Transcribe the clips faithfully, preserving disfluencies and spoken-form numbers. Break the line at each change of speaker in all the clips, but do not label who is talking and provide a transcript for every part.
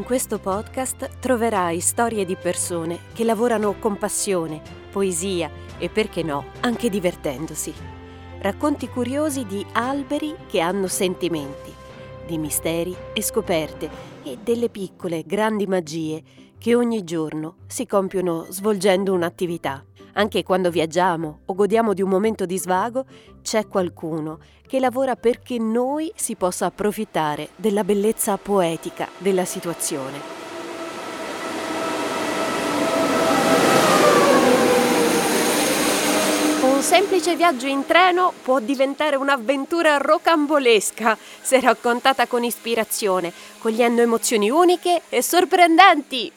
questo podcast troverai storie di persone che lavorano con passione, poesia e, perché no, anche divertendosi. Racconti curiosi di alberi che hanno sentimenti, di misteri e scoperte e delle piccole, grandi magie che ogni giorno si compiono svolgendo un'attività. Anche quando viaggiamo o godiamo di un momento di svago, c'è qualcuno che lavora perché noi si possa approfittare della bellezza poetica della situazione. Un semplice viaggio in treno può diventare un'avventura rocambolesca se raccontata con ispirazione, cogliendo emozioni uniche e sorprendenti.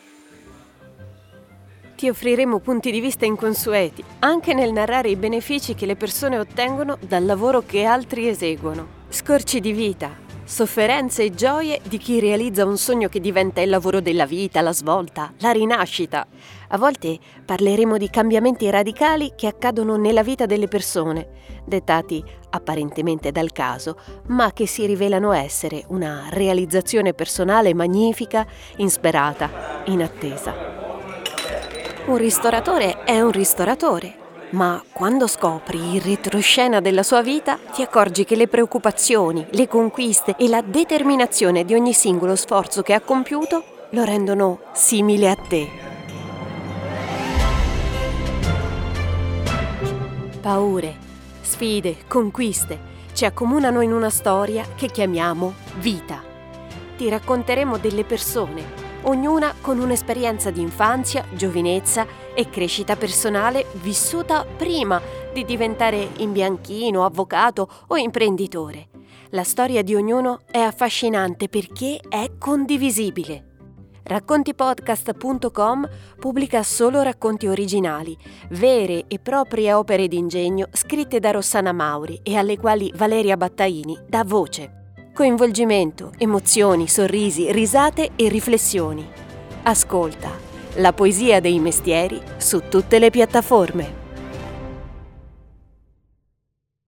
Ti offriremo punti di vista inconsueti, anche nel narrare i benefici che le persone ottengono dal lavoro che altri eseguono. Scorci di vita, sofferenze e gioie di chi realizza un sogno che diventa il lavoro della vita, la svolta, la rinascita. A volte parleremo di cambiamenti radicali che accadono nella vita delle persone, dettati apparentemente dal caso, ma che si rivelano essere una realizzazione personale magnifica, insperata, inattesa. Un ristoratore è un ristoratore, ma quando scopri il retroscena della sua vita ti accorgi che le preoccupazioni, le conquiste e la determinazione di ogni singolo sforzo che ha compiuto lo rendono simile a te. Paure, sfide, conquiste ci accomunano in una storia che chiamiamo vita. Ti racconteremo delle persone, ognuna con un'esperienza di infanzia, giovinezza e crescita personale vissuta prima di diventare imbianchino, avvocato o imprenditore. La storia di ognuno è affascinante perché è condivisibile. Raccontipodcast punto com pubblica solo racconti originali, vere e proprie opere d'ingegno scritte da Rossana Mauri e alle quali Valeria Battaini dà voce. Coinvolgimento, emozioni, sorrisi, risate e riflessioni. Ascolta la poesia dei mestieri su tutte le piattaforme.